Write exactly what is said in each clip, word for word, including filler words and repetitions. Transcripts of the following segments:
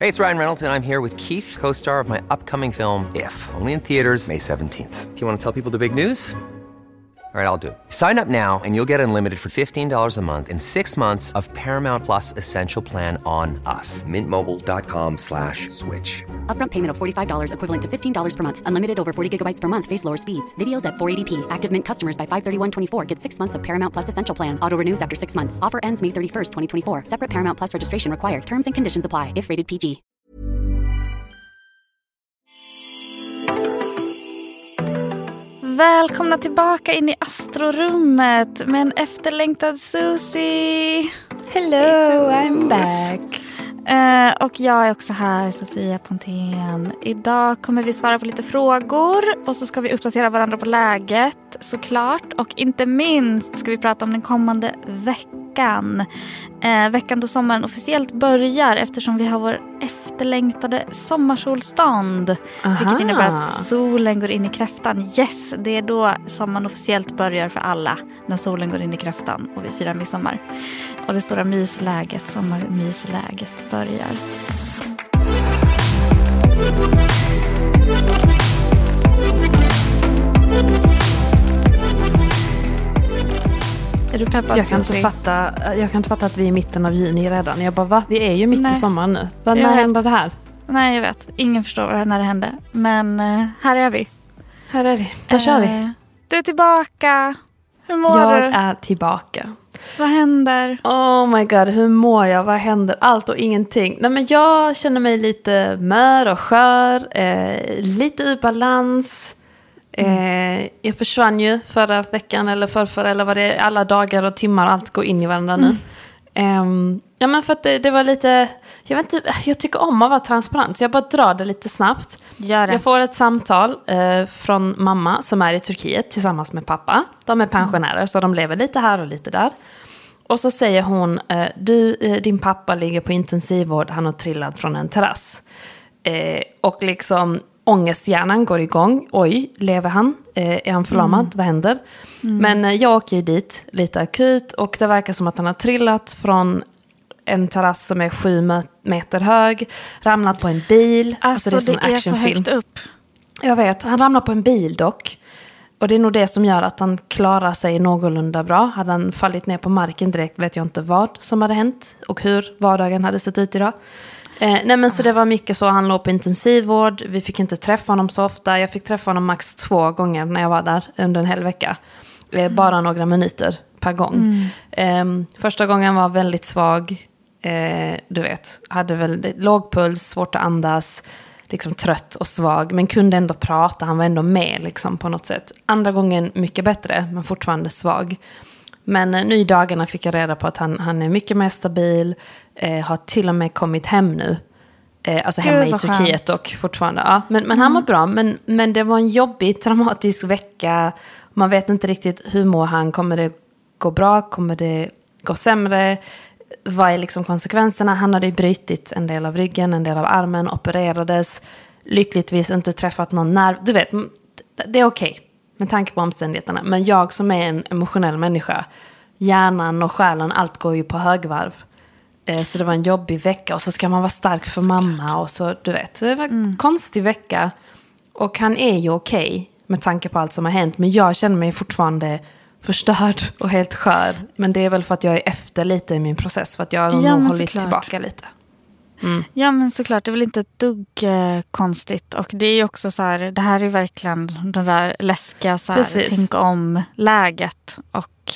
Hey, it's Ryan Reynolds, and I'm here with Keith, co-star of my upcoming film, If, only in theaters May seventeenth. Do you want to tell people the big news? All right, I'll do it. Sign up now and you'll get unlimited for fifteen dollars a month and six months of Paramount Plus Essential Plan on us. Mint Mobile dot com slash switch. Upfront payment of forty-five dollars equivalent to fifteen dollars per month. Unlimited over forty gigabytes per month. Face lower speeds. Videos at four eighty p. Active Mint customers by five thirty-one twenty-four get six months of Paramount Plus Essential Plan. Auto renews after six months. Offer ends May thirty-first, twenty twenty-four. Separate Paramount Plus registration required. Terms and conditions apply if rated P G. Välkomna tillbaka in i astrorummet med en efterlängtad Susie. Hello, I'm back. Uh, och jag är också här, Sofia Pontén. Idag kommer vi svara på lite frågor och så ska vi uppdatera varandra på läget, såklart. Och inte minst ska vi prata om den kommande veckan. Uh, veckan då sommaren officiellt börjar, eftersom vi har vår efterlängtade sommarsolstånd. Aha. Vilket innebär att solen går in i kräftan. Yes, det är då sommaren officiellt börjar för alla. När solen går in i kräftan och vi firar midsommar. Och det stora mysläget, sommarmysläget börjar. Är du peppad? Jag kan, inte fatta, jag kan inte fatta att vi är i mitten av juni redan. Jag bara, va? Vi är ju mitt Nej. i sommaren nu. Vad, när händer det här? Nej, jag vet. Ingen förstår när det hände. Men uh, här är vi. Här är vi. Då uh, kör vi. Du är tillbaka. Hur mår jag du? Jag är tillbaka. Vad händer? Oh my god, hur mår jag? Vad händer? Allt och ingenting. Nej, men jag känner mig lite mör och skör. Eh, lite ur balans. Mm. Eh, jag försvann ju förra veckan eller förrförra eller vad det är. Alla dagar och timmar, allt går in i varandra nu. Mm. Eh, ja, men för att det, det var lite... Jag vet inte, jag tycker om att vara transparent. Så jag bara drar det lite snabbt. Gör det. Jag får ett samtal eh, från mamma som är i Turkiet tillsammans med pappa. De är pensionärer mm. så de lever lite här och lite där. Och så säger hon, eh, du, eh, din pappa ligger på intensivvård. Han har trillat från en terrass. Eh, och liksom... Ångesthjärnan går igång. Oj, lever han? Eh, är han förlamad? Mm. Vad händer? Mm. Men eh, jag åker ju dit lite akut. Och det verkar som att han har trillat från en terrass som är sju meter hög. Ramlat på en bil. Alltså, alltså det, det är så högt upp. Jag vet, han ramlar på en bil dock. Och det är nog det som gör att han klarar sig någorlunda bra. Hade han fallit ner på marken direkt vet jag inte vad som hade hänt. Och hur vardagen hade sett ut idag. Eh, nej men så det var mycket så, han låg på intensivvård, vi fick inte träffa honom så ofta, jag fick träffa honom max två gånger när jag var där under en hel vecka, eh, mm. bara några minuter per gång. Mm. Eh, första gången var väldigt svag, eh, du vet, hade väldigt låg puls, svårt att andas, liksom trött och svag, men kunde ändå prata, han var ändå med liksom på något sätt. Andra gången mycket bättre, men fortfarande svag. Men nu i dagarna fick jag reda på att han, han är mycket mer stabil. Eh, har till och med kommit hem nu. Eh, alltså hemma i Turkiet och fortfarande. Ja, men men mm. han mår bra. Men, men det var en jobbig, traumatisk vecka. Man vet inte riktigt hur mår han. Kommer det gå bra? Kommer det gå sämre? Vad är liksom konsekvenserna? Han hade ju brytit en del av ryggen, en del av armen. Opererades. Lyckligtvis inte träffat någon nerv. Du vet, det är okej. Okay. Med tanke på omständigheterna. Men jag som är en emotionell människa, hjärnan och själen, allt går ju på högvarv. Eh, så det var en jobbig vecka. Och så ska man vara stark för mamma. Och så, du vet, det var en mm. konstig vecka. Och han är ju okej okay, med tanke på allt som har hänt. Men jag känner mig fortfarande förstörd och helt skör. Men det är väl för att jag är efter lite i min process. För att jag har nog ja, hållit såklart. tillbaka lite. Mm. Ja men såklart, det är väl inte ett dugg eh, konstigt. Och det är ju också så här, det här är verkligen den där läskiga så här, tänk om läget. Och,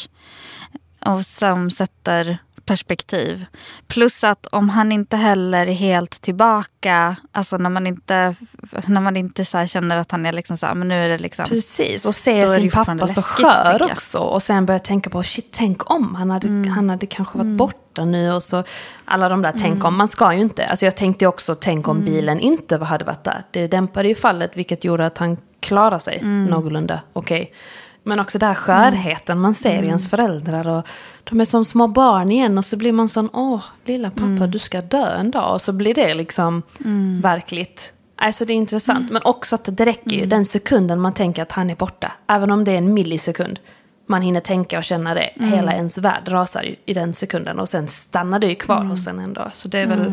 och som sätter perspektiv. Plus att om han inte heller är helt tillbaka, alltså när man inte när man inte så här känner att han är liksom så här, men nu är det liksom precis, och se sin pappa så skör också och sen börja tänka på shit, tänk om han hade, mm. han hade kanske varit mm. borta nu och så alla de där tänk mm. om, man ska ju inte, alltså jag tänkte också tänk om mm. bilen inte hade varit där, det dämpade ju fallet vilket gjorde att han klarade sig mm. någorlunda okej. Okay. Men också där skörheten man ser mm. i ens föräldrar och de är som små barn igen och så blir man sån, åh lilla pappa mm. du ska dö en dag och så blir det liksom mm. verkligt. Alltså det är intressant mm. men också att det räcker ju mm. den sekunden man tänker att han är borta. Även om det är en millisekund. Man hinner tänka och känna det. Mm. Hela ens värld rasar ju i den sekunden och sen stannar det ju kvar mm. hos en ändå. Så det är väl, mm.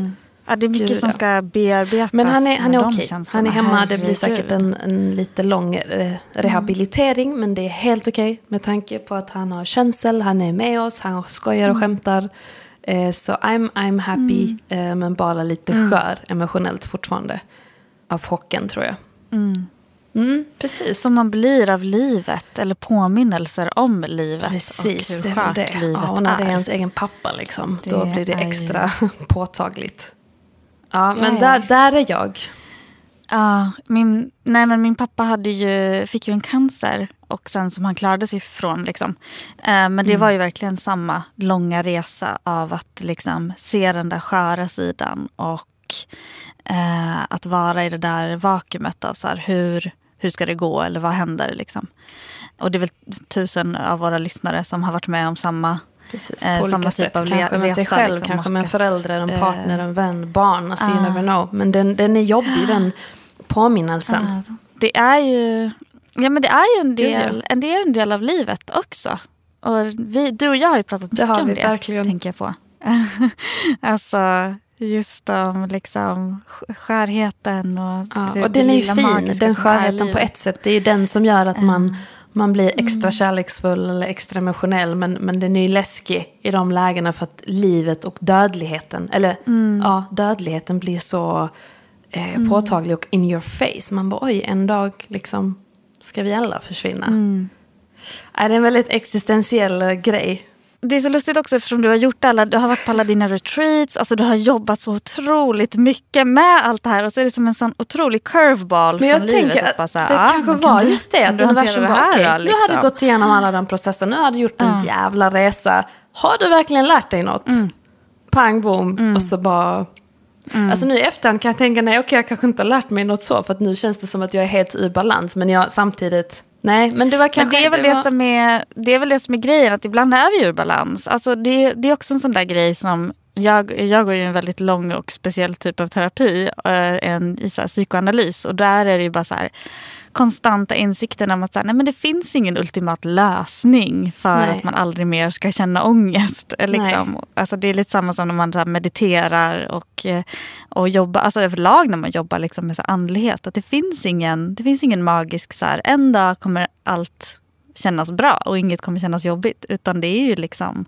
Ja, det är mycket Gud, som ja. ska bearbetas. Men han är, han är med de okej. känslorna. Han är hemma. Det blir Herregud. säkert en, en lite lång eh, rehabilitering. Mm. Men det är helt okej med tanke på att han har känsel. Han är med oss. Han skojar och skämtar. Eh, så I'm, I'm happy. Mm. Eh, men bara lite mm. skör emotionellt fortfarande. Av chocken, tror jag. Mm. Mm, precis. Som man blir av livet. Eller påminnelser om livet. Precis, och hur det är skört det. livet Ja, och när är. det är ens egen pappa liksom. Det då blir det extra ju... påtagligt. Ja, men ja, där, visst. där är jag. Ja, min, nej, men min pappa hade ju, fick ju en cancer och sen som han klarade sig ifrån. Liksom. Eh, men det mm. var ju verkligen samma långa resa av att liksom, se den där sköra sidan och eh, att vara i det där vakuumet av så här, hur, hur ska det gå eller vad händer. Liksom. Och det är väl tusen av våra lyssnare som har varit med om samma Precis, eh, på olika samma sätt. typ av Kanske med resa, sig själv, liksom, kanske med en att, förälder, en partner, en vän, barn. Alltså, uh, you never know. Men den, den är jobbig, den påminnelsen. Uh, det är ju, ja, men det är ju en del, en, det är en del av livet också. Och vi, du och jag har ju pratat mycket det har om vi det, verkligen. tänker jag på. Alltså, just om liksom skärheten och ja, det, och den det är ju fin, den skärheten på ett sätt. Det är ju den som gör att man, mm. man blir extra kärleksfull eller extra emotionell. Men, men den är ju läskig i de lägena för att livet och dödligheten, eller mm. ja, dödligheten blir så eh, mm. påtaglig och in your face. Man bara, oj, en dag liksom ska vi alla försvinna. Mm. Ja, det är en väldigt existentiell grej. Det är så lustigt också eftersom du har gjort alla, du har varit på alla dina retreats, alltså du har jobbat så otroligt mycket med allt det här och så är det som en sån otrorig curveball men jag från tänker livet. Att Bara så här, det ah, kanske var du, just det, att universum var okej, okay, liksom. Nu har du gått igenom alla den processen, nu har du gjort en ja. jävla resa. Har du verkligen lärt dig något? Mm. Pang, boom, mm. och så bara... Mm. Alltså nu i efterhand kan jag tänka, nej okej, okay, jag kanske inte har lärt mig något så, för att nu känns det som att jag är helt ur balans, men jag samtidigt... Nej, men det var kanske... Men det är väl det, det, var... som är, det är väl det som är grejen, att ibland är vi ur balans. Alltså det, det är också en sån där grej som... Jag, jag går ju en väldigt lång och speciell typ av terapi, en i så här, psykoanalys. Och där är det ju bara så här konstanta insikten om att så här, nej, men det finns ingen ultimat lösning för nej. att man aldrig mer ska känna ångest. Liksom. Alltså, det är lite samma som när man så här, mediterar och, och jobbar, alltså överlag när man jobbar liksom, med så här, andlighet. Att det finns ingen, det finns ingen magisk så här, en dag kommer allt kännas bra och inget kommer kännas jobbigt. Utan det är ju liksom...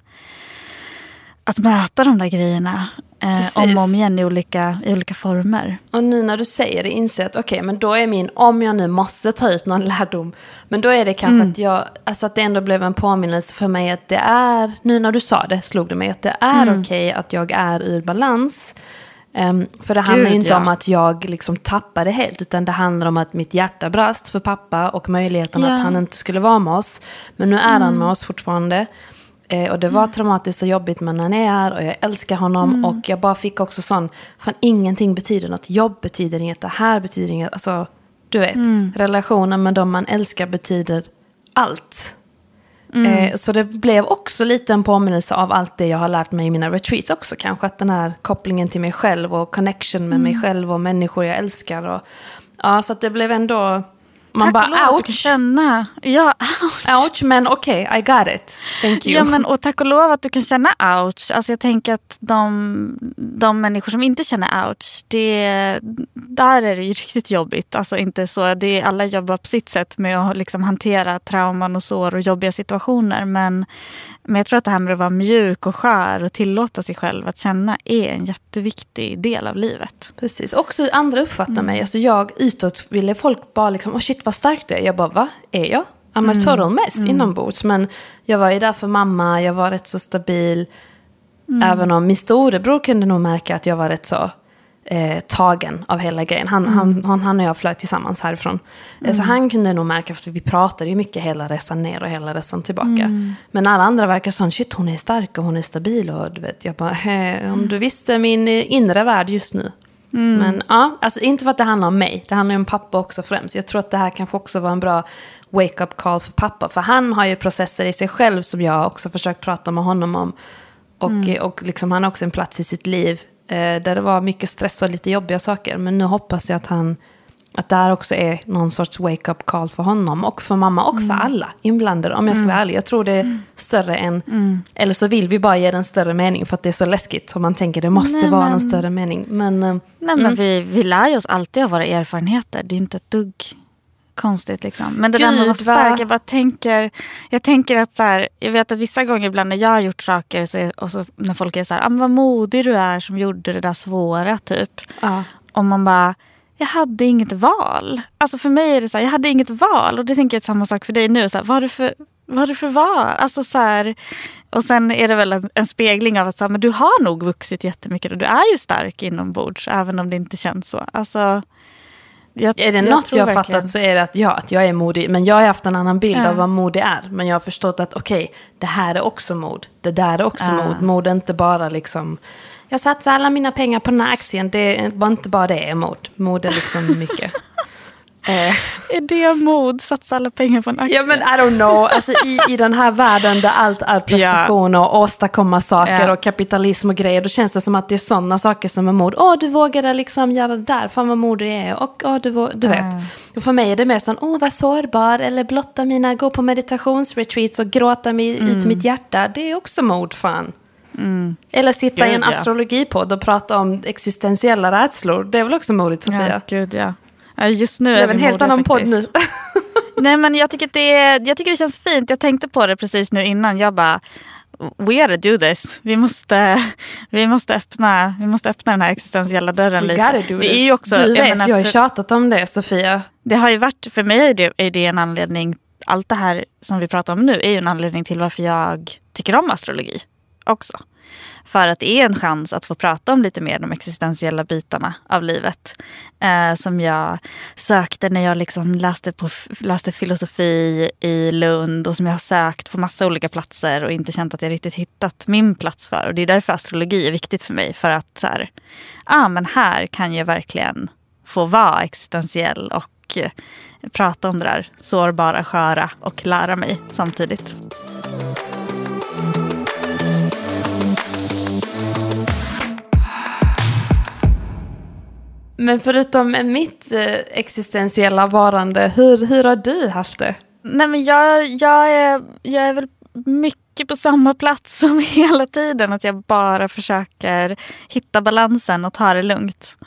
att möta de där grejerna eh, om och om igen i olika, i olika former. Och nu när du säger det inser jag att okej, okay, men då är min, om jag nu måste ta ut någon lärdom, men då är det kanske mm. att jag, alltså att det ändå blev en påminnelse för mig att det är, nu när du sa det slog det mig att det är mm. okej okay att jag är ur balans. Um, för det handlar Gud, inte ja. om att jag liksom tappade helt, utan det handlar om att mitt hjärta brast för pappa och möjligheten ja. att han inte skulle vara med oss. Men nu är mm. han med oss fortfarande. Eh, och det var mm. traumatiskt och jobbigt, men han är här och jag älskar honom. Mm. Och jag bara fick också sån, fan ingenting betyder något, jobb betyder inget, det här betyder inget. Alltså, du vet, mm. relationen med dem man älskar betyder allt. Mm. Eh, så det blev också lite en påminnelse av allt det jag har lärt mig i mina retreats också. Kanske att den här kopplingen till mig själv och connection med mm. mig själv och människor jag älskar. Och, ja, så att det blev ändå... Man Tack bara, och lov att du kan känna. Ja, ouch. Ouch, men okej, okay, I got it. Thank you. Ja, men, och tack och lov att du kan känna ouch. Alltså jag tänker att de, de människor som inte känner ouch, det, där är det ju riktigt jobbigt. Alltså inte så, det är, alla jobbar på sitt sätt med att liksom hantera trauman och sår och jobbiga situationer. Men, men jag tror att det här med att vara mjuk och skör och tillåta sig själv att känna är en jätteviktig del av livet. Precis, också hur andra uppfattar mm. mig. Alltså jag utåt ville folk bara liksom, åh oh shit, vad starkt det är. Jag bara, va? Är jag? I'm a total mess mm. inombords. Men jag var ju där för mamma, jag var rätt så stabil. Mm. Även om min storebror kunde nog märka att jag var rätt så eh, tagen av hela grejen. Han, mm. han, han, han och jag flög tillsammans härifrån. Mm. Så han kunde nog märka, för vi pratade ju mycket hela resan ner och hela resan tillbaka. Mm. Men alla andra verkar sån, shit, hon är stark och hon är stabil. Och du vet, jag bara, eh, om du visste min inre värld just nu. Mm. Men ja, alltså inte för att det handlar om mig. Det handlar om pappa också främst. Jag tror att det här kanske också var en bra wake-up call för pappa. För han har ju processer i sig själv som jag också försökt prata med honom om. Och, mm. och liksom, han har också en plats i sitt liv eh, där det var mycket stress och lite jobbiga saker. Men nu hoppas jag att han Att det här också är någon sorts wake-up call för honom och för mamma och mm. för alla inblandade, om jag ska mm. vara ärlig. Jag tror det är mm. större än... Mm. Eller så vill vi bara ge den större mening för att det är så läskigt. Så man tänker det måste Nej, vara men, någon större mening. Men, nej, mm. men vi, vi lär ju oss alltid av våra erfarenheter. Det är inte ett dugg konstigt liksom. Men det Gud, där med att vara stark, jag bara tänker... Jag tänker att så här, jag vet att vissa gånger ibland när jag har gjort saker så, och så när folk är så här, ah, vad modig du är som gjorde det där svåra typ. Ja. Och man bara... Jag hade inget val. Alltså för mig är det så här, jag hade inget val. Och det tänker jag är samma sak för dig nu. Så här, vad är det för, vad är det för val? Alltså så här, och sen är det väl en, en spegling av att så här, men du har nog vuxit jättemycket. Och du är ju stark inombords, även om det inte känns så. Alltså, jag, är det jag något jag har fattat så är det att, ja, att jag är modig. Men jag har haft en annan bild ja. av vad mod är. Men jag har förstått att okej, okay, det här är också mod. Det där är också ja. mod. Mod är inte bara liksom... Jag satsar alla mina pengar på den här aktien. Det var inte bara det är mod. Mod är liksom mycket. eh. Är det mod? Satsa alla pengar på en aktie? Ja, men I don't know. Alltså, i, I den här världen där allt är prestation yeah. och åstadkomma saker yeah. och kapitalism och grejer. Då känns det som att det är sådana saker som är mod. Åh, du vågade liksom göra det där. Fan vad mod det är. Och åh, du, våg, du mm. vet. Och för mig är det mer sån, åh vad sårbar. Eller blotta mina, gå på meditationsretreats och gråta mig mm. ut mitt hjärta. Det är också mod, fan. Mm. Eller sitta gud, i en astrologipodd och prata om existentiella rädslor. Det är väl också modigt, Sofia? Ja, gud ja. Just nu det är, är vi en helt annan podd nu. Nej, men jag tycker, det är, jag tycker det känns fint. Jag tänkte på det precis nu innan. Jag bara, we gotta do this. Vi måste, vi måste, öppna, vi måste öppna den här existentiella dörren we lite. Gotta do det är ju också, du vet, jag, menar, jag har ju tjatat om det, Sofia. Det har ju varit, för mig är det, är det en anledning, allt det här som vi pratar om nu är ju en anledning till varför jag tycker om astrologi också. För att det är en chans att få prata om lite mer de existentiella bitarna av livet. Eh, som jag sökte när jag liksom läste, på, läste filosofi i Lund. Och som jag har sökt på massa olika platser och inte känt att jag riktigt hittat min plats för. Och det är därför astrologi är viktigt för mig. För att så här, ah, men här kan jag verkligen få vara existentiell och eh, prata om det där sårbara, sköra och lära mig samtidigt. Men förutom mitt eh, existentiella varande, hur, hur har du haft det? Nej, men jag, jag, är, jag är väl mycket på samma plats som hela tiden. Att jag bara försöker hitta balansen och ta det lugnt.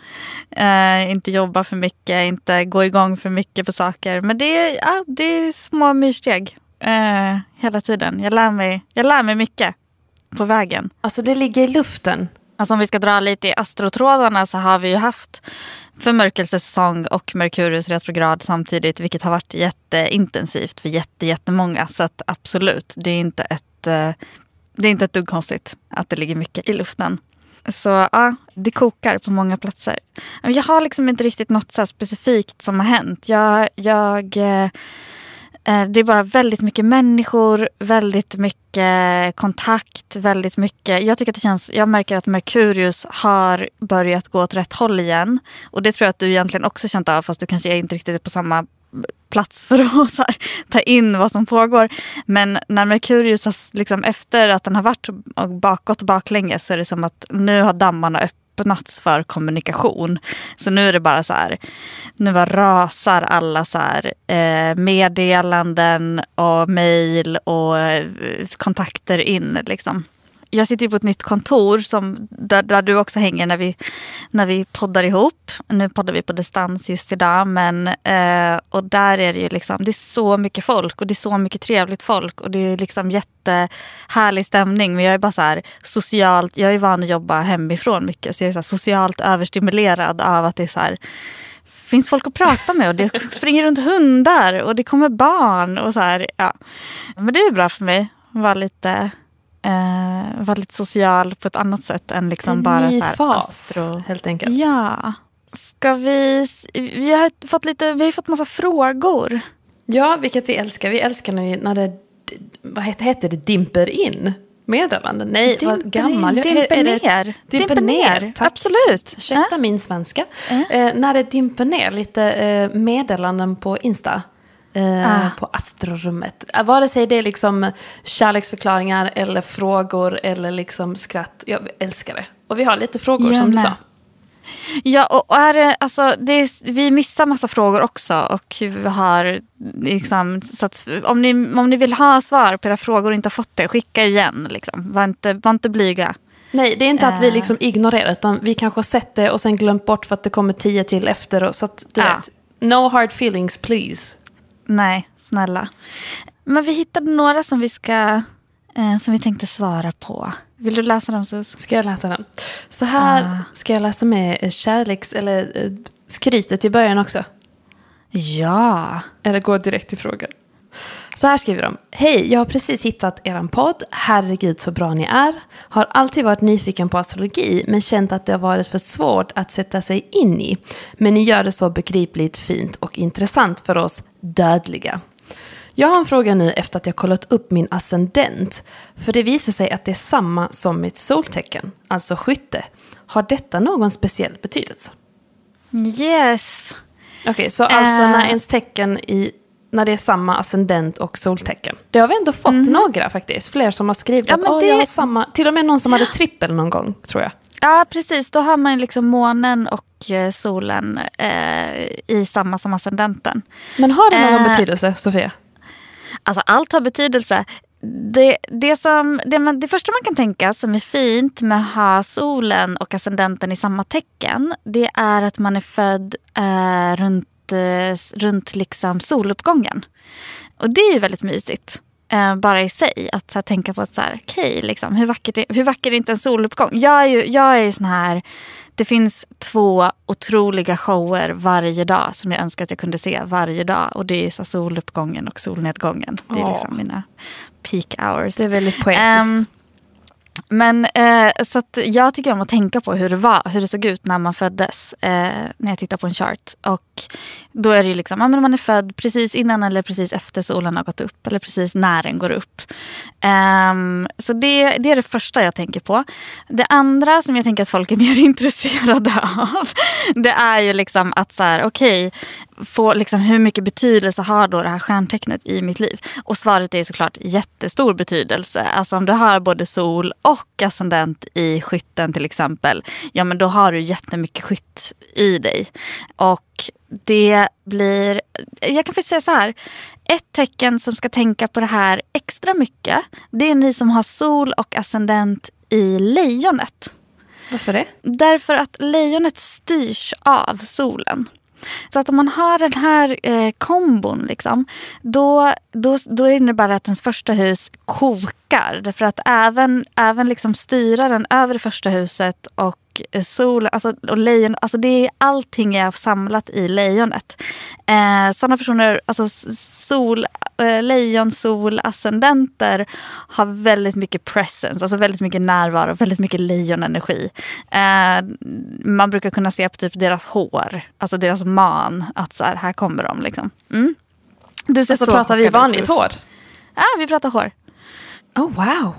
Eh, inte jobba för mycket, inte gå igång för mycket på saker. Men det är, ja, det är små myrsteg eh, hela tiden. Jag lär, mig, jag lär mig mycket på vägen. Alltså det ligger i luften. Alltså om vi ska dra lite i astrotrådarna så har vi ju haft förmörkelsesäsong och Merkurius retrograd samtidigt, vilket har varit jätteintensivt för jätte, jättemånga. Så att absolut, det är inte ett, det är inte ett dugg konstigt att det ligger mycket i luften. Så ja, det kokar på många platser. Jag har liksom inte riktigt något så här specifikt som har hänt. Jag... jag Det är bara väldigt mycket människor, väldigt mycket kontakt, väldigt mycket... Jag tycker att det känns... Jag märker att Merkurius har börjat gå åt rätt håll igen. Och det tror jag att du egentligen också känt av, fast du kanske inte riktigt är på samma plats för att så här, ta in vad som pågår. Men när Merkurius har, liksom, efter att den har varit bakåt och baklänges, så är det som att nu har dammarna öppnat för kommunikation. Så nu är det bara så här, nu var rasar alla så här eh, meddelanden och mejl och eh, kontakter in liksom. Jag sitter ju på ett nytt kontor som, där, där du också hänger när vi, när vi poddar ihop. Nu poddar vi på distans just idag. Men, eh, och där är det ju liksom, det är så mycket folk och det är så mycket trevligt folk. Och det är liksom jättehärlig stämning. Men jag är bara så här socialt, jag är van att jobba hemifrån mycket. Så jag är så här socialt överstimulerad av att det är så här, finns folk att prata med och det springer runt hundar och det kommer barn och så här, ja. Men det är bra för mig att vara lite... Uh, var lite social på ett annat sätt än liksom bara så här fas, astro. Helt enkelt. Ja. Ska vi... Vi har fått lite... Vi har fått massa frågor. Ja, vilket vi älskar. Vi älskar när, vi, när det... Vad heter, heter det? Dimper in? Meddelanden? Nej, dimper vad gammal. In, dimper är ner. Det, dimper, dimper ner. ner. Absolut. Ursäkta äh? min svenska. Äh? Eh, när det dimper ner lite eh, meddelanden på Insta. Uh, ah. På astrorummet. Vare sig det är liksom kärleksförklaringar eller frågor eller liksom skratt. Jag älskar det. Och vi har lite frågor, jag som med. du sa. Ja, och är det, alltså, det är, vi missar massa frågor också och vi har liksom, så att om ni, om ni vill ha svar på era frågor och inte har fått det, skicka igen liksom. Var inte, var inte blyga. Nej, det är inte att vi liksom ignorerar, utan vi kanske har sett det och sen glömt bort för att det kommer tio till efter. Och, så att du Ja. vet, no hard feelings please. Nej, snälla. Men vi hittade några som vi ska eh, som vi tänkte svara på. Vill du läsa dem, Sus? Ska jag läsa den? Så här Ah. ska jag läsa med kärleks eller eh, skrytet i början också. Ja. Eller gå direkt till frågan. Så här skriver de. Hej, jag har precis hittat eran podd. Herregud så bra ni är. Har alltid varit nyfiken på astrologi, men känt att det har varit för svårt att sätta sig in i. Men ni gör det så begripligt, fint och intressant för oss dödliga. Jag har en fråga nu efter att jag kollat upp min ascendent. För det visar sig att det är samma som mitt soltecken, alltså skytte. Har detta någon speciell betydelse? Yes. Okej, okay, så alltså Eh. när ens tecken i... när det är samma ascendent och soltecken. Det har vi ändå fått Mm. några faktiskt. Fler som har skrivit Ja, att men Åh, det- jag har samma... Till och med någon som hade trippel någon gång, tror jag. Ja, precis. Då har man liksom månen och eh, solen eh, i samma som ascendenten. Men har det någon Eh. betydelse, Sofia? Alltså allt har betydelse. Det, det, som, det, man, det första man kan tänka som är fint med att ha solen och ascendenten i samma tecken, det är att man är född eh, runt, eh, runt liksom soluppgången. Och det är ju väldigt mysigt. Eh, bara i sig. Att så här, tänka på att så här, okej, liksom, hur, vacker hur vacker är inte en soluppgång? Jag är ju, jag är ju sån här... Det finns två otroliga shower varje dag som jag önskar att jag kunde se varje dag. Och det är så soluppgången och solnedgången. Det är Åh. liksom mina peak hours. Det är väldigt poetiskt. Ehm, men eh, så att jag tycker om att tänka på hur det var, hur det såg ut när man föddes. Eh, när jag tittar på en chart. Och då är det ju liksom, ja, men man är född precis innan eller precis efter solen har gått upp. Eller precis när den går upp. Um, så det, det är det första jag tänker på. Det andra som jag tänker att folk är mer intresserade av, det är ju liksom att så här, okej, få liksom hur mycket betydelse har då det här stjärntecknet i mitt liv? Och svaret är såklart jättestor betydelse. Alltså om du har både sol och ascendent i skytten till exempel, ja men då har du jättemycket skytt i dig. Och det blir, jag kan få säga så här, ett tecken som ska tänka på det här extra mycket, det är ni som har sol och ascendent i lejonet. Varför det? Därför att lejonet styrs av solen. Så att om man har den här eh, kombon liksom, då, då, då innebär det att ens första hus kokar. Därför att även, även liksom styra den över det första huset och solen, alltså, och lejon, alltså det är, allting är samlat i lejonet. Eh, sådana personer, alltså sol, eh, lejon, sol, ascendenter har väldigt mycket presence, alltså väldigt mycket närvaro, väldigt mycket lejonenergi. Eh, man brukar kunna se på typ deras hår, alltså deras man, att så här, här kommer de liksom. Mm. Du ser Så, så pratar vi chockad ut, vanligt Sus. hår? Ja, ah, vi pratar hår. Oh, wow.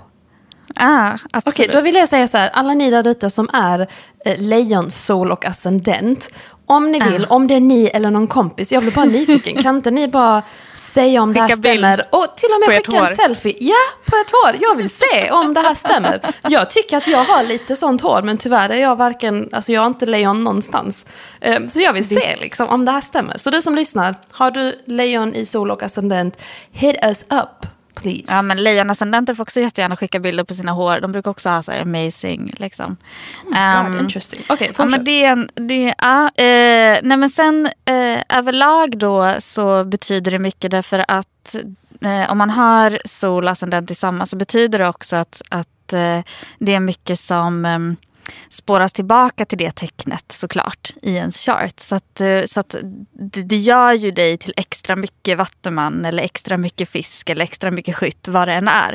Ah, absolut. Okej, då vill jag säga så här. Alla ni där ute som är eh, lejon, sol och ascendent. Om ni vill, Ah. om det är ni eller någon kompis, jag blir bara nyfiken. Kan inte ni bara säga om det här Skicka bild stämmer? Och till och på med ert skicka en hår. selfie. Ja, på ert hår. Jag vill se om det här stämmer. Jag tycker att jag har lite sånt hår, men tyvärr är jag varken, alltså jag har inte lejon någonstans. Um, så jag vill se liksom om det här stämmer. Så du som lyssnar, har du lejon i sol och ascendent, hit us up. Please. Ja, men lejonascendenter får också jättegärna skicka bilder på sina hår. De brukar också ha så här amazing liksom. Oh Um, God, interesting. Okej, ja, fortsätt. men det är en, det, ja, eh, nej men sen eh, överlag då så betyder det mycket därför att eh, om man har sol och ascendent tillsammans så betyder det också att, att eh, det är mycket som eh, spåras tillbaka till det tecknet såklart i ens chart. Så att, så att det, det gör ju dig till extra mycket vattuman eller extra mycket fisk eller extra mycket skytt, vad det än är.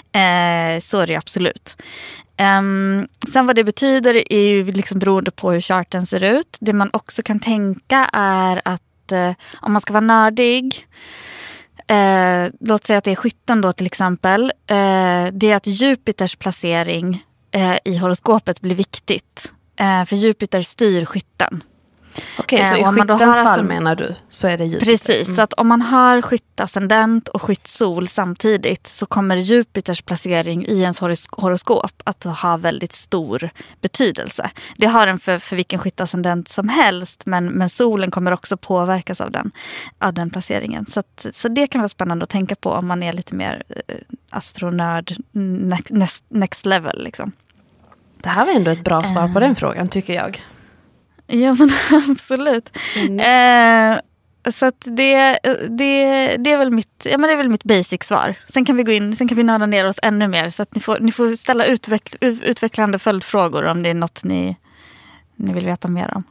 Eh, så är det absolut. Um, sen vad det betyder är ju liksom beroende på hur charten ser ut. Det man också kan tänka är att eh, om man ska vara nördig, eh, låt säga att det är skytten då till exempel, eh, det är att Jupiters placering i horoskopet blir viktigt. Eh, för Jupiter styr skytten. Okej, okay, så eh, i skyttens fall menar du så är det Jupiter? Precis, mm. så att om man har skyttascendent och skyttsol samtidigt så kommer Jupiters placering i ens horos- horoskop att ha väldigt stor betydelse. Det har den för, för vilken skyttascendent som helst, men, men solen kommer också påverkas av den, av den placeringen. Så, att, så det kan vara spännande att tänka på om man är lite mer eh, astronörd next, next level liksom. Det här var ändå ett bra svar på den frågan, tycker jag. Ja, men absolut. Mm. Eh, så att det, det, det, är väl mitt, ja, men det är väl mitt basic-svar. Sen kan vi gå in, sen kan vi nörda ner oss ännu mer. Så att ni får, ni får ställa utveck, utvecklande följdfrågor om det är något ni, ni vill veta mer om.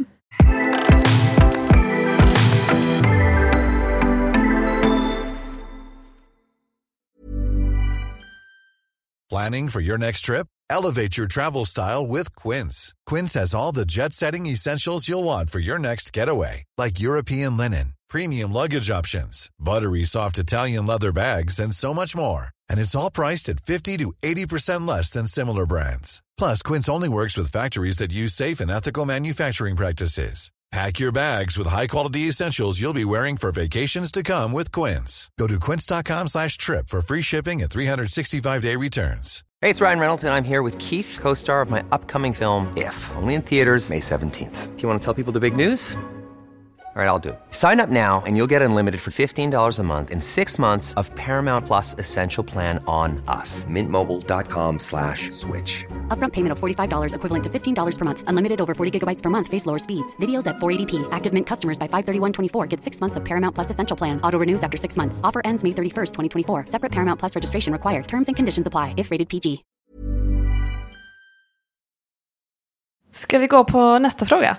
Planning for your next trip? Elevate your travel style with Quince. Quince has all the jet-setting essentials you'll want for your next getaway, like European linen, premium luggage options, buttery soft Italian leather bags, and so much more. And it's all priced at fifty to eighty percent less than similar brands. Plus, Quince only works with factories that use safe and ethical manufacturing practices. Pack your bags with high-quality essentials you'll be wearing for vacations to come with Quince. Go to quince.com slash trip for free shipping and three sixty-five day returns. Hey, it's Ryan Reynolds, and I'm here with Keith, co-star of my upcoming film, If, only in theaters May seventeenth. Do you want to tell people the big news? All right, I'll do it. Sign up now and you'll get unlimited for fifteen dollars a month and six months of Paramount Plus Essential Plan on us. Mint Mobile dot com slash switch. Upfront payment of forty-five dollars equivalent to fifteen dollars per month. Unlimited over forty gigabytes per month. Face lower speeds. Videos at four eighty p. Active Mint customers by five thirty-one twenty-four get six months of Paramount Plus Essential Plan. Auto renews after six months. Offer ends May thirty-first, twenty twenty-four. Separate Paramount Plus registration required. Terms and conditions apply if rated P G. Ska vi gå på nästa fråga?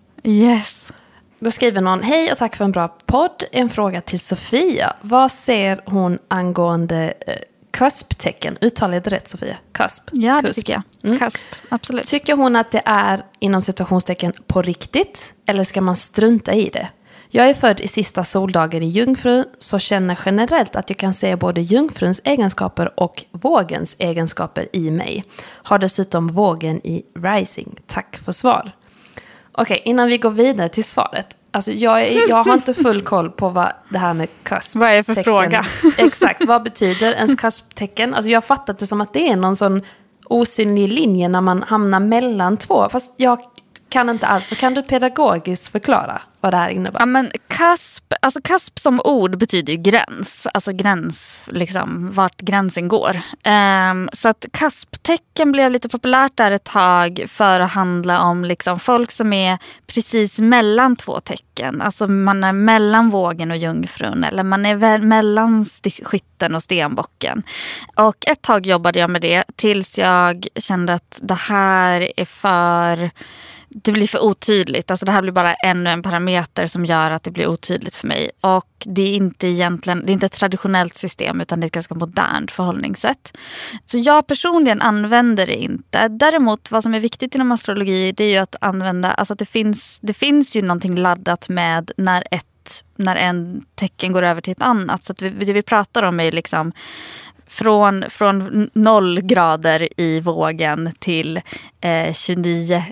Yes. Då skriver någon: hej och tack för en bra podd. En fråga till Sofia. Vad ser hon angående eh, kusptecken? Uttalar jag det rätt, Sofia? Cusp. Ja, det Cusp. tycker jag. Mm. Cusp, absolut. Tycker hon att det är inom situationstecken på riktigt? Eller ska man strunta i det? Jag är född i sista soldagen i Jungfrun, så känner generellt att jag kan se både Jungfruns egenskaper och vågens egenskaper i mig. Har dessutom vågen i rising. Tack för svar. Okej, innan vi går vidare till svaret. Alltså jag, är, jag har inte full koll på vad det här med cusp. Vad är det för fråga? Exakt, vad betyder ens cusptecken? Alltså jag har fattat det som att det är någon sån osynlig linje när man hamnar mellan två. Fast jag kan inte alls. Så kan du pedagogiskt förklara vad det här innebär? Ja, men kasp, alltså kasp som ord betyder ju gräns. Alltså gräns, liksom vart gränsen går. Um, så att kasptecken blev lite populärt där ett tag för att handla om liksom folk som är precis mellan två tecken. Alltså man är mellan vågen och jungfrun, eller man är väl mellan skytten och stenbocken. Och ett tag jobbade jag med det tills jag kände att det här är för... Det blir för otydligt. Alltså det här blir bara ännu en parameter som gör att det blir otydligt för mig. Och det är inte egentligen, det är inte ett traditionellt system utan det är ett ganska modernt förhållningssätt. Så jag personligen använder det inte. Däremot vad som är viktigt inom astrologi, det är ju att använda, alltså att det finns, det finns ju någonting laddat med när ett, när en tecken går över till ett annat. Så att vi, det vi pratar om är ju liksom Från, från noll grader i vågen till eh, tjugonio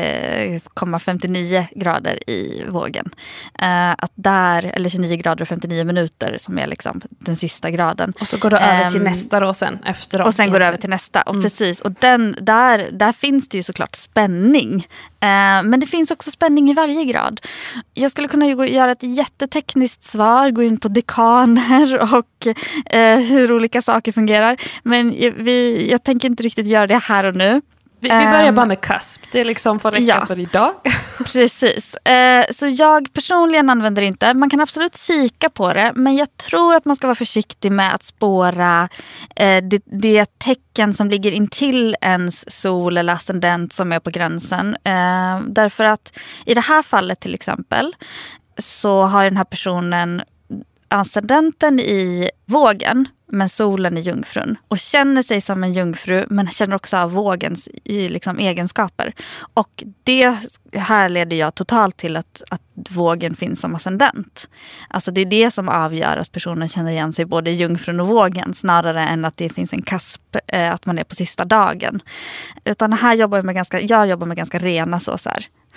komma femtionio grader i vågen. Eh, att där, eller tjugonio grader och femtionio minuter som är liksom den sista graden. Och så går det över till um, nästa då sen efter. Och sen går det över till nästa. Och mm. precis. Och den, där, där finns det ju såklart spänning. Eh, men det finns också spänning i varje grad. Jag skulle kunna ju göra ett jättetekniskt svar, gå in på dekaner och eh, hur olika saker fungerar. Men vi, jag tänker inte riktigt göra det här och nu. Vi, vi börjar bara med cusp. Det är liksom för räcka ja, för idag. Precis. Eh, så jag personligen använder det inte. Man kan absolut kika på det. Men jag tror att man ska vara försiktig med att spåra eh, det, det tecken som ligger intill ens sol eller ascendent som är på gränsen. Eh, därför att i det här fallet till exempel så har den här personen ascendenten i vågen men solen i jungfrun och känner sig som en jungfru men känner också av vågens liksom, egenskaper. Och det här leder jag totalt till att, att vågen finns som ascendent. Alltså det är det som avgör att personen känner igen sig både i jungfrun och vågen snarare än att det finns en kasp, eh, att man är på sista dagen. Utan här jobbar jag med ganska, jag jobbar med ganska rena så, så här.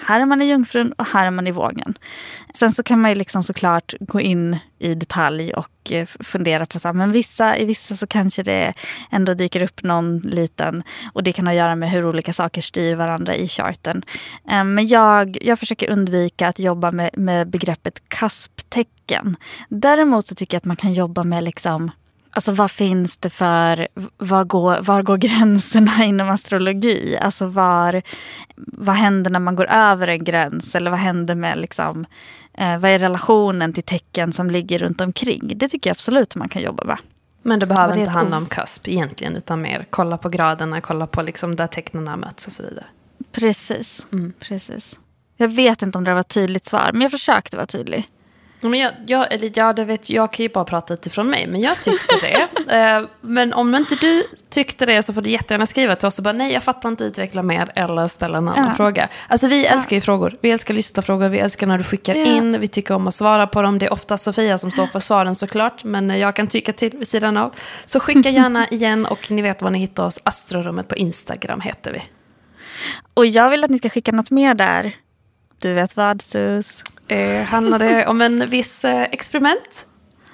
här är man i jungfrun och här är man i vågen. Sen så kan man ju liksom såklart gå in i detalj och fundera på så här, men vissa, i vissa så kanske det ändå dyker upp någon liten, och det kan ha att göra med hur olika saker styr varandra i charten. Men jag, jag försöker undvika att jobba med, med begreppet kasptecken. Däremot så tycker jag att man kan jobba med liksom, alltså vad finns det för, var går, var går gränserna inom astrologi? Alltså var, vad händer när man går över en gräns? Eller vad händer med liksom, eh, vad är relationen till tecken som ligger runt omkring? Det tycker jag absolut man kan jobba med. Men det behöver det inte ett handla ord? om kasp egentligen, utan mer kolla på graderna, kolla på liksom där tecknarna möts och så vidare. Precis, mm. precis. Jag vet inte om det var ett tydligt svar, men jag försökte vara tydlig. Men jag, jag, eller ja, det vet, jag kan ju bara prata utifrån mig, men jag tyckte det. eh, men om inte du tyckte det så får du jättegärna skriva till oss och bara nej, jag fattar inte, utveckla mer eller ställa en annan ja. fråga. Alltså vi älskar ju frågor, vi älskar lyssna frågor, vi älskar när du skickar ja. in, vi tycker om att svara på dem. Det är ofta Sofia som står för svaren såklart, men jag kan tycka till vid sidan av. Så skicka gärna igen, och ni vet var ni hittar oss. Astrorummet på Instagram heter vi. Och jag vill att ni ska skicka något mer där. Du vet vad, Sus? Eh, handlar det om en viss eh, experiment?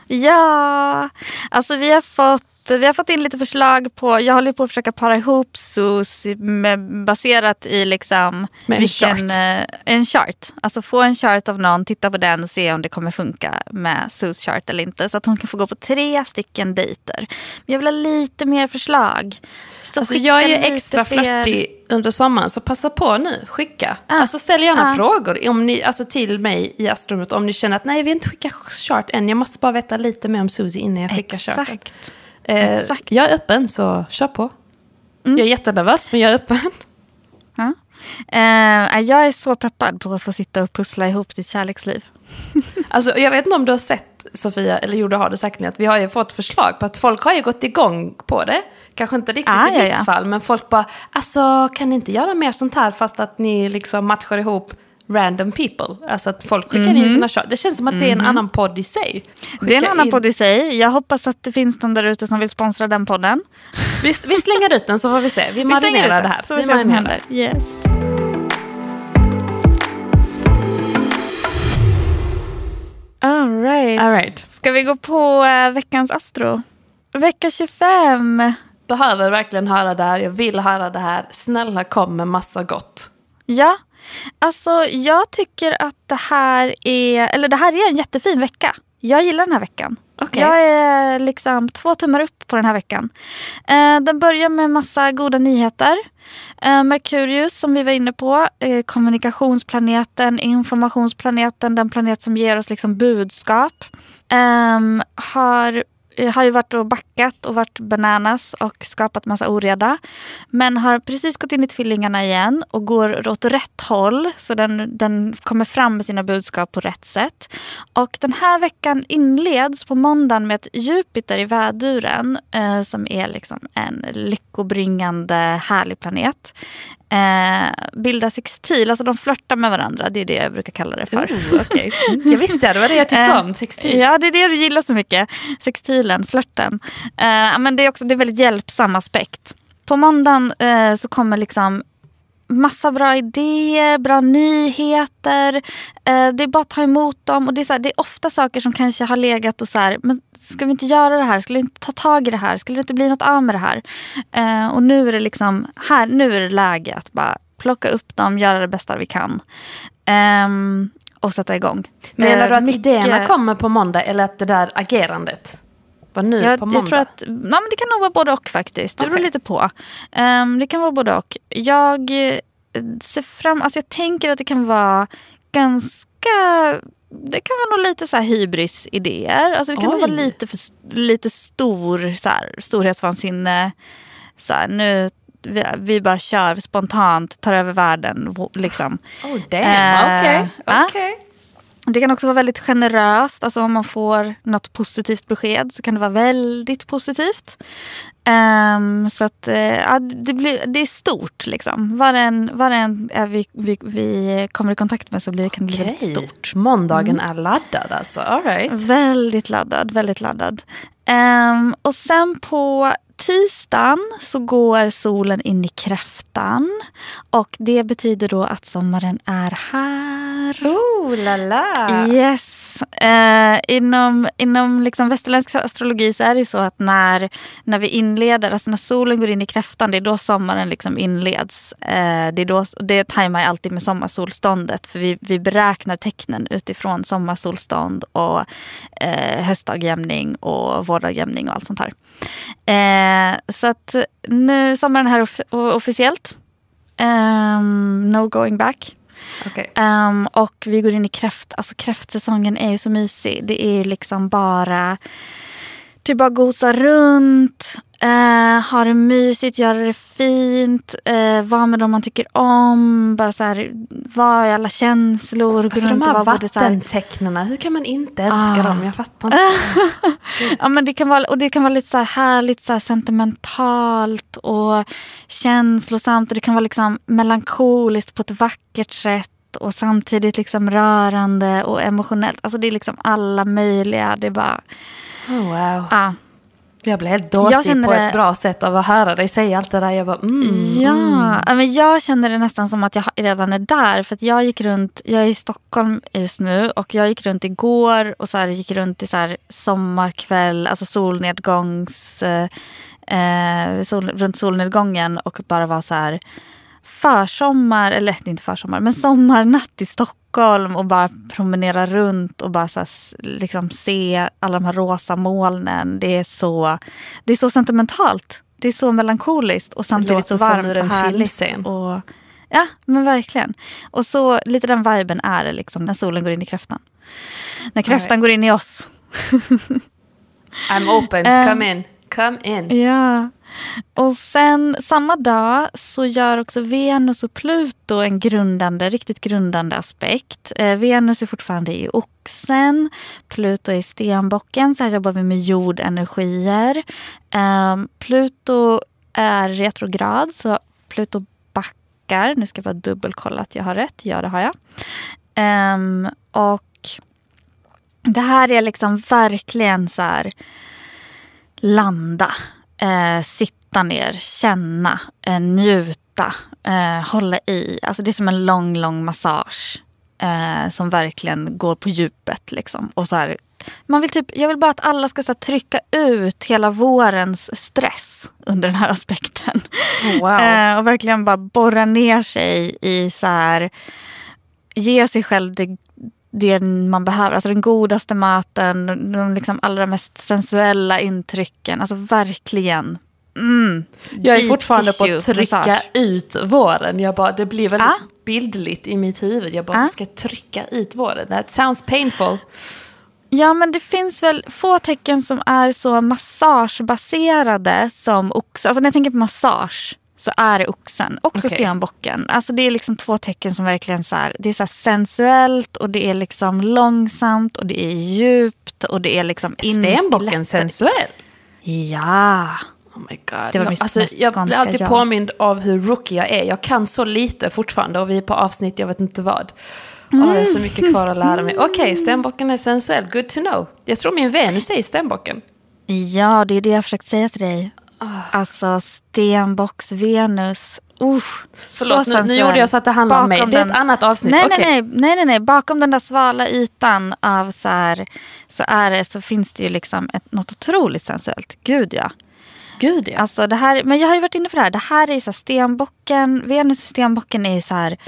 Ja, alltså vi har fått vi har fått in lite förslag på, jag håller på att försöka para ihop S U S med, baserat i liksom med en vilken, chart. en chart. Alltså få en chart av någon, titta på den och se om det kommer funka med S U S chart eller inte. Så att hon kan få gå på tre stycken dejter. Men jag vill ha lite mer förslag. Så alltså jag är ju lite extra fler... flörtig under sommaren, så passa på nu, skicka. Ah. Alltså ställ gärna Ah. frågor om ni, alltså till mig i Astrorummet om ni känner att nej, vi inte skickar chart än. Jag måste bara veta lite mer om Susie innan jag skickar charten. Exakt. Eh, Exakt. jag är öppen, så kör på. Mm. Jag är jättenervös, men jag är öppen. Ja. Eh, jag är så peppad på att få sitta och pussla ihop ditt kärleksliv. Alltså, jag vet inte om du har sett, Sofia, eller jo, du har det säkert, att vi har ju fått förslag på att folk har ju gått igång på det. Kanske inte riktigt ah, i ja, ditt ja. fall, men folk bara, alltså kan ni inte göra mer sånt här fast att ni liksom matchar ihop random people? Alltså att folk skickar mm-hmm. in sina chart. Det känns som att mm-hmm. det är en annan podd i sig. Skicka det är en annan in... podd i sig. Jag hoppas att det finns någon där ute som vill sponsra den podden. Vi, vi slänger ut den så får vi se. Vi, vi marinerar det här. Så vi, vi ser vad som händer. Yes. All right. All right. Ska vi gå på uh, veckans astro? Vecka tjugofem. Behöver verkligen höra det här. Jag vill höra det här. Snälla, kom med massa gott. Ja, alltså jag tycker att det här är, eller det här är en jättefin vecka. Jag gillar den här veckan. Okay. Jag är liksom två tummar upp på den här veckan. Eh, den börjar med massa goda nyheter. Eh, Merkurius, som vi var inne på, eh, kommunikationsplaneten, informationsplaneten, den planet som ger oss liksom budskap, eh, har har ju varit och backat och varit bananas och skapat massa oreda. Men har precis gått in i tvillingarna igen och går åt rätt håll. Så den, den kommer fram med sina budskap på rätt sätt. Och den här veckan inleds på måndagen med ett Jupiter i väduren. Eh, som är liksom en lyckobringande härlig planet. Eh, bilda sextil, alltså de flörtar med varandra. Det är det jag brukar kalla det för. Oh, okay. Jag visste det, det var det jag tyckte om, sextil. Ja, det är det du gillar så mycket. Sextilen, flörten. Eh, men det är också det är väldigt hjälpsam aspekt. På måndagen eh, så kommer liksom massa bra idéer, bra nyheter. Eh, det är bara att ta emot dem. Och det är, så här, det är ofta saker som kanske har legat och så här, men ska vi inte göra det här? Skulle vi inte ta tag i det här? Skulle det inte bli något av med det här? Eh, och nu är det liksom, här, nu är det läge att bara plocka upp dem, göra det bästa vi kan. Eh, och sätta igång. Menar du att mycket... idéerna kommer på måndag eller att det där agerandet var nu jag, på måndag? Jag tror att, ja, men det kan nog vara både och faktiskt. Det beror okay. lite på. Um, det kan vara både och. Jag ser fram, alltså jag tänker att det kan vara ganska, det kan vara nog lite så här hybris-idéer. Alltså det kan nog vara lite, för, lite stor, så här, storhetsvansinne. Så här, nu vi, vi bara kör spontant, tar över världen liksom. Oh damn, okej. Uh, okay. uh. Det kan också vara väldigt generöst. Alltså om man får något positivt besked så kan det vara väldigt positivt. Um, så att uh, det, blir, det är stort liksom. Var en, var en är vi, vi, vi kommer i kontakt med så blir, kan det bli väldigt stort. Måndagen mm. är laddad alltså, all right. Väldigt laddad, väldigt laddad. Um, och sen på tisdagen så går solen in i Kräftan. Och det betyder då att sommaren är här. Oh, la la. Yes. Eh, inom inom liksom västerländsk astrologi så är det ju så att när, när vi inleder, alltså när solen går in i Kräftan, det är då sommaren liksom inleds. Eh, det, är då, det tajmar jag alltid med sommarsolståndet, för vi, vi beräknar tecknen utifrån sommarsolstånd och eh, höstdagjämning och vårdagjämning och allt sånt här. Eh, så att nu sommaren här off- officiellt. Um, no going back. Okay. Um, och vi går in i kräft, alltså kräftsäsongen är ju så mysig. Det är liksom bara typ bara gosa runt, uh, ha det mysigt, göra det fint, uh, vara med dem man tycker om, bara så här, vara i alla känslor. Alltså de här vattentecknarna, hur kan man inte älska ah. dem? Jag fattar inte. Ja, men det kan vara, och det kan vara lite så här härligt, så här sentimentalt och känslosamt, och det kan vara liksom melankoliskt på ett vackert sätt och samtidigt liksom rörande och emotionellt. Alltså det är liksom alla möjliga, det är bara oh, wow. Ah. Jag blev helt dåsig på det... ett bra sätt av att höra dig säga allt det där. Jag bara, mm, ja, mm. men jag känner det nästan som att jag redan är där. För att jag gick runt, jag är i Stockholm just nu, och jag gick runt igår och så här, gick runt i så här sommarkväll, alltså solnedgångs, eh, sol, runt solnedgången, och bara var så här försommar, eller inte försommar, men sommarnatt i Stockholm, och bara promenera runt och bara så här, liksom se alla de här rosa molnen. Det är så, det är så sentimentalt. Det är så melankoliskt och samtidigt så varmt och härligt. Och, ja, men verkligen. Och så lite den viben är det liksom när solen går in i Kräftan. När Kräftan right. går in i oss. I'm open, come in, come in. Ja. Och sen samma dag så gör också Venus och Pluto en grundande, riktigt grundande aspekt. Eh, Venus är fortfarande i Oxen, Pluto är i Stenbocken, så här jobbar vi med jordenergier. Eh, Pluto är retrograd, så Pluto backar. Nu ska jag bara dubbelkolla att jag har rätt. Ja, det har jag. Eh, och det här är liksom verkligen så här landa. Eh, sitta ner, känna, eh, njuta, eh, hålla i. Alltså det är som en lång, lång massage eh, som verkligen går på djupet liksom. Och så här, man vill typ, jag vill bara att alla ska så här, trycka ut hela vårens stress under den här aspekten. Wow. eh, och verkligen bara borra ner sig i så här, ge sig själv det det man behöver, alltså den godaste maten, de liksom allra mest sensuella intrycken, alltså verkligen. Mm, jag är fortfarande på att trycka massage. ut våren. Jag bara, det blir väldigt ah? bildligt i mitt huvud. Jag bara, ah? ska trycka ut våren. That sounds painful. Ja, men det finns väl få tecken som är så massagebaserade som oxen. Alltså när jag tänker på massage så är det Oxen, också okay. Stenbocken. Alltså det är liksom två tecken som verkligen så här, det är så här sensuellt, och det är liksom långsamt, och det är djupt, och det är liksom Stenbocken sensuell? Ja. Oh my god. Det var jag, alltså, jag blir alltid jag. påmind av hur rookie jag är. Jag kan så lite fortfarande, och vi är på avsnitt, jag vet inte vad. Mm. Oh, det är så mycket kvar att lära mig. Okej, okay, Stenbocken är sensuell. Good to know. Jag tror min Venus säger Stenbocken. Ja, det är det jag försökt säga till dig. Oh. Alltså Stenbocks Venus. Usch, förlåt, nu, nu gjorde jag så att det handlar om mig. Det är ett annat avsnitt. Nej, okay. nej, nej, nej, nej, nej. Bakom den där svala ytan av så här, så är det, så finns det ju liksom ett, något otroligt sensuellt. Gud ja. Gud ja. Alltså det här, men jag har ju varit inne för det här. Det här är så här Stenbocken. Venus och Stenbocken är ju så här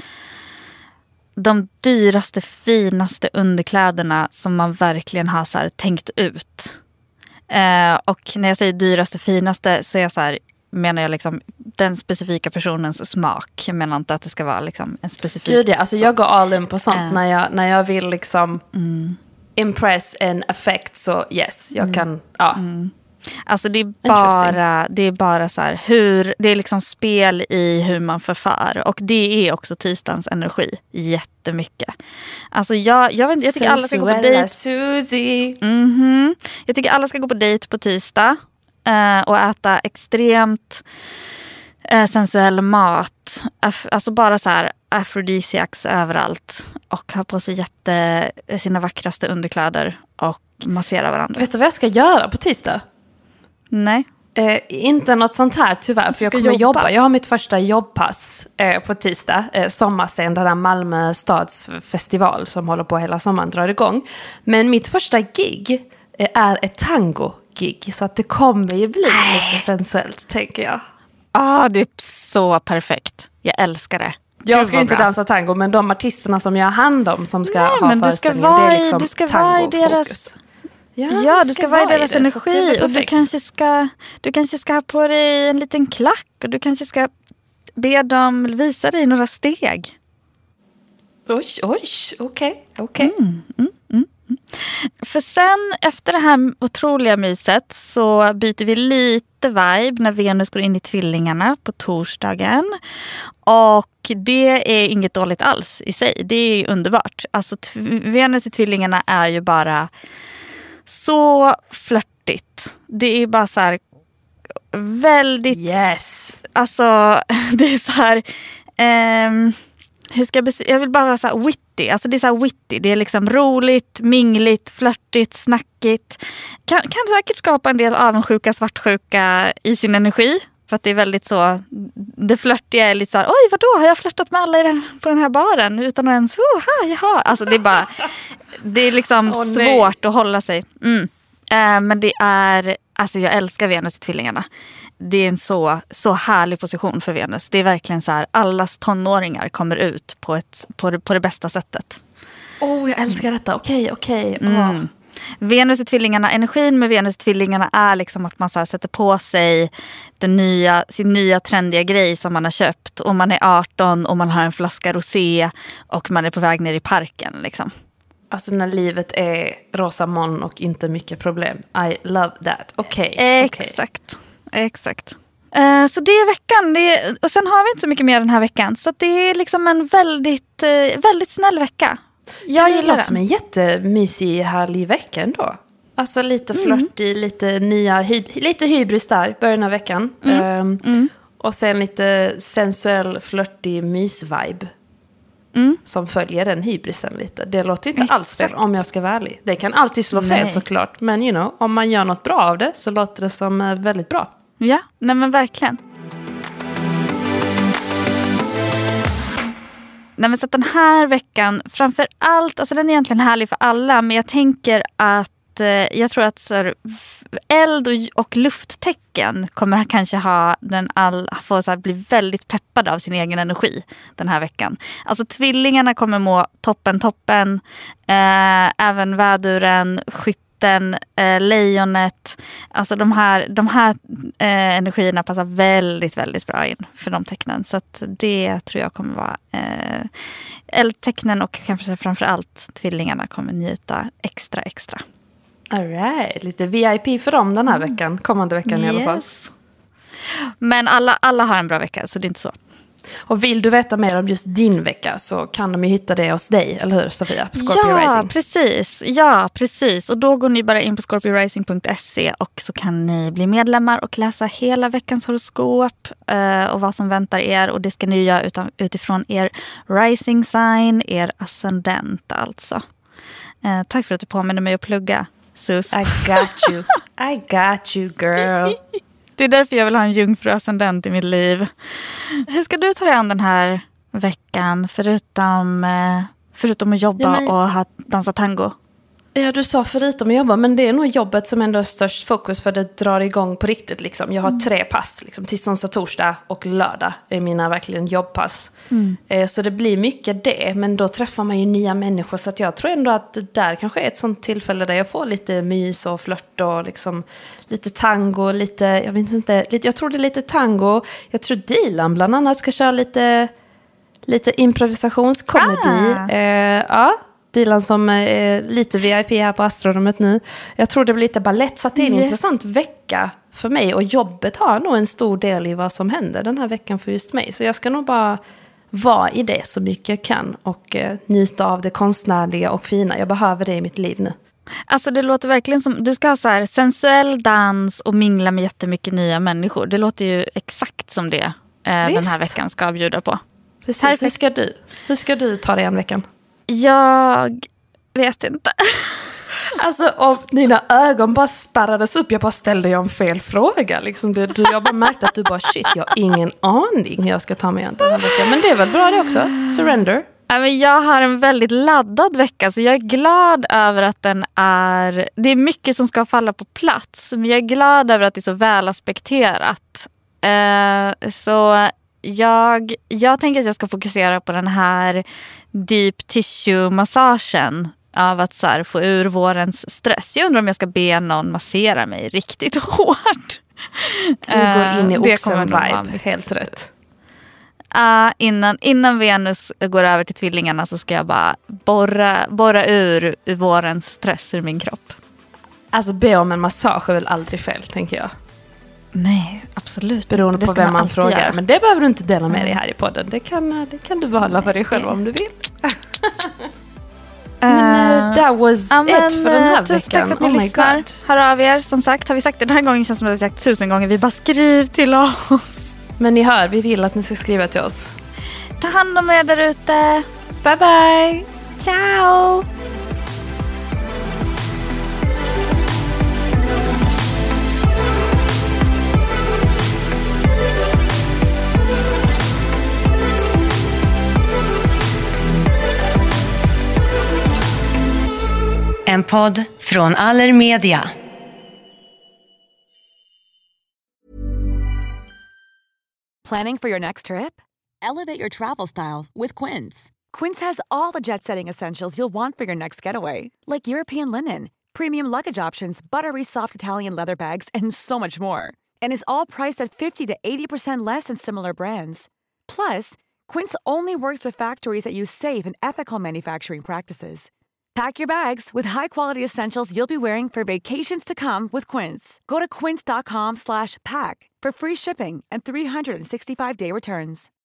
de dyraste, finaste underkläderna som man verkligen har så här tänkt ut. Eh, och när jag säger dyraste, finaste, så är jag så här, menar jag liksom den specifika personens smak. Jag menar inte att det ska vara liksom en specifik. Gud ja, alltså jag går all in på sånt uh. när, jag, när jag vill liksom mm. impress en affect, så yes, jag mm. kan, ja. Mm. Alltså det är bara, det är bara så här hur, det är liksom spel i hur man förför, och det är också tisdagens energi jättemycket. Alltså jag, jag, vet, jag tycker alla ska gå på dejt. Susie. Mm-hmm. Jag tycker alla ska gå på dejt på tisdag eh, och äta extremt eh, sensuell mat. Af, alltså bara så här aphrodisiacs överallt, och ha på sig jätte, sina vackraste underkläder och massera varandra. Vet du vad jag ska göra på tisdag? Nej. Eh, inte något sånt här tyvärr, för jag kommer jobba. jobba. Jag har mitt första jobbpass eh, på tisdag. Eh, sommarscen, där Malmö stadsfestival som håller på hela sommaren drar igång. Men mitt första gig eh, är ett tango-gig. Så att det kommer ju bli äh. lite sensuellt, tänker jag. Ja, ah, det är så perfekt. Jag älskar det. Jag ska ju inte bra. dansa tango, men de artisterna som jag har hand om som ska Nej, ha men föreställningen, det är liksom du ska tango-fokus. Ja, ja, du ska vara i deras energi och du kanske, ska, du kanske ska ha på dig en liten klack och du kanske ska be dem visa dig några steg. Oj, oj, okej, okej. Mm, mm, mm, mm. För sen, efter det här otroliga myset, så byter vi lite vibe när Venus går in i tvillingarna på torsdagen. Och det är inget dåligt alls i sig. Det är underbart. Alltså, t- Venus i tvillingarna är ju bara... så flörtigt. Det är bara så här väldigt... Yes. Alltså, det är så här... Um, hur ska jag beskriva? Jag vill bara vara så här witty. Alltså det är så här witty. Det är liksom roligt, mingligt, flörtigt, snackigt. Kan, kan säkert skapa en del avundsjuka, svartsjuka i sin energi. För att det är väldigt så... Det flörtiga är lite så här... Oj, vadå? Har jag flörtat med alla i den, på den här baren? Utan att ens... Oh, här, jaha. Alltså det är bara... Det är liksom oh, svårt att hålla sig. Mm. Eh, men det är... Alltså jag älskar Venus i tvillingarna. Det är en så, så härlig position för Venus. Det är verkligen så här... Allas tonåringar kommer ut på, ett, på, det, på det bästa sättet. Åh, oh, jag älskar detta. Okej, okej. Okay. Oh. Mm. Venus i tvillingarna, energin med Venus i tvillingarna är liksom att man så här sätter på sig den nya, sin nya trendiga grej som man har köpt. Och man är arton och man har en flaska rosé och man är på väg ner i parken liksom. Alltså när livet är rosa moln och inte mycket problem. I love that. Okej. Okay, exakt, okay. exakt. Uh, så det är veckan. Det är, och sen har vi inte så mycket mer den här veckan. Så det är liksom en väldigt, uh, väldigt snäll vecka. Jag det gillar låter som en jättemysig, härlig vecka ändå. Alltså lite flörtig, mm. lite nya, hy- lite hybris där, början av veckan. Mm. Um, mm. Och sen lite sensuell, flörtig mys-vibe. Mm. Som följer den hybrisen lite. Det låter inte Exakt. alls fel om jag ska vara ärlig. Det kan alltid slå fel Nej. såklart. Men you know, om man gör något bra av det så låter det som uh, väldigt bra. Ja, nej men verkligen. Nej, men så att den här veckan, framför allt, alltså den är egentligen härlig för alla, men jag tänker att eh, jag tror att så här, eld och, och lufttecken kommer kanske ha den all, få så här, bli väldigt peppade av sin egen energi den här veckan. Alltså tvillingarna kommer må toppen, toppen, eh, även väduren, skytten, Eh, lejonet, alltså de här, de här eh, energierna passar väldigt, väldigt bra in för de tecknen. Så att det tror jag kommer vara eh, eldtecknen och kanske framförallt tvillingarna kommer njuta extra, extra. All right, lite V I P för dem den här mm. veckan, kommande veckan yes. i alla fall. Men alla, alla har en bra vecka, så det är inte så. Och vill du veta mer om just din vecka så kan de ju hitta det hos dig, eller hur Sofia? På Scorpio ja, Rising. Precis. Ja, precis. Och då går ni bara in på scorpio rising punkt se och så kan ni bli medlemmar och läsa hela veckans horoskop eh, och vad som väntar er. Och det ska ni göra utan, utifrån er rising sign, er ascendent alltså. Eh, tack för att du påminner mig att plugga, Sus. I got you. I got you, girl. Det är därför jag vill ha en jungfru-ascendent i mitt liv. Hur ska du ta dig an den här veckan förutom, förutom att jobba ja, men... och ha, dansa tango? Ja, du sa förutom att jobba, men det är nog jobbet som ändå är störst fokus för det drar igång på riktigt. Liksom. Jag har mm. tre pass, liksom, tisdag, onsdag, torsdag och lördag är mina verkligen jobbpass. Mm. Eh, så det blir mycket det, men då träffar man ju nya människor så att jag tror ändå att det där kanske är ett sånt tillfälle där jag får lite mys och flört och liksom, lite tango, lite, jag vet inte, lite, jag tror det är lite tango. Jag tror Dilan bland annat ska köra lite, lite improvisationskomedi. Ah. Eh, ja. Dilan som är lite V I P här på Astrorummet nu. Jag tror det blir lite ballett så att det är en yes. intressant vecka för mig. Och jobbet har nog en stor del i vad som händer den här veckan för just mig. Så jag ska nog bara vara i det så mycket jag kan och eh, njuta av det konstnärliga och fina. Jag behöver det i mitt liv nu. Alltså det låter verkligen som, du ska ha så här sensuell dans och mingla med jättemycket nya människor. Det låter ju exakt som det eh, den här veckan ska bjuda på. Precis. Hur ska du? Hur ska du ta dig en veckan? Jag vet inte. Alltså om dina ögon bara spärrades upp, jag bara ställde jag en fel fråga. Liksom det, du, jag bara märkte att du bara shit, jag har ingen aning hur jag ska ta mig igen den här veckan. Men det är väl bra det också, surrender. Jag har en väldigt laddad vecka, så jag är glad över att den är... Det är mycket som ska falla på plats, men jag är glad över att det är så väl aspekterat. Eh, så jag, jag tänker att jag ska fokusera på den här deep tissue-massagen av att så här, få ur vårens stress. Jag undrar om jag ska be någon massera mig riktigt hårt. Du går in i uh, oxen-vibe, helt rätt. Uh, innan, innan Venus går över till tvillingarna så ska jag bara borra, borra ur, ur vårens stress ur min kropp. Alltså be om en massage är väl aldrig fel, tänker jag. Nej, absolut. Beroende på vem man frågar. Göra. Men det behöver du inte dela med dig här i podden. Det kan, det kan du behålla för dig själv om du vill. Men uh, that was uh, it för den här veckan. Tack för att ni oh lyssnar. God. Hör av er. Som sagt, har vi sagt det den här gången, känns som att vi har sagt tusen gånger. Vi bara skriv till oss. Men ni hör, vi vill att ni ska skriva till oss. Ta hand om er där ute. Bye bye. Ciao. En podd från Allermedia. Planning for your next trip? Elevate your travel style with Quince. Quince has all the jet-setting essentials you'll want for your next getaway, like European linen, premium luggage options, buttery soft Italian leather bags, and so much more. And is all priced at fifty to eighty percent less than similar brands. Plus, Quince only works with factories that use safe and ethical manufacturing practices. Pack your bags with high-quality essentials you'll be wearing for vacations to come with Quince. Go to quince dot com slash pack for free shipping and three sixty-five day returns.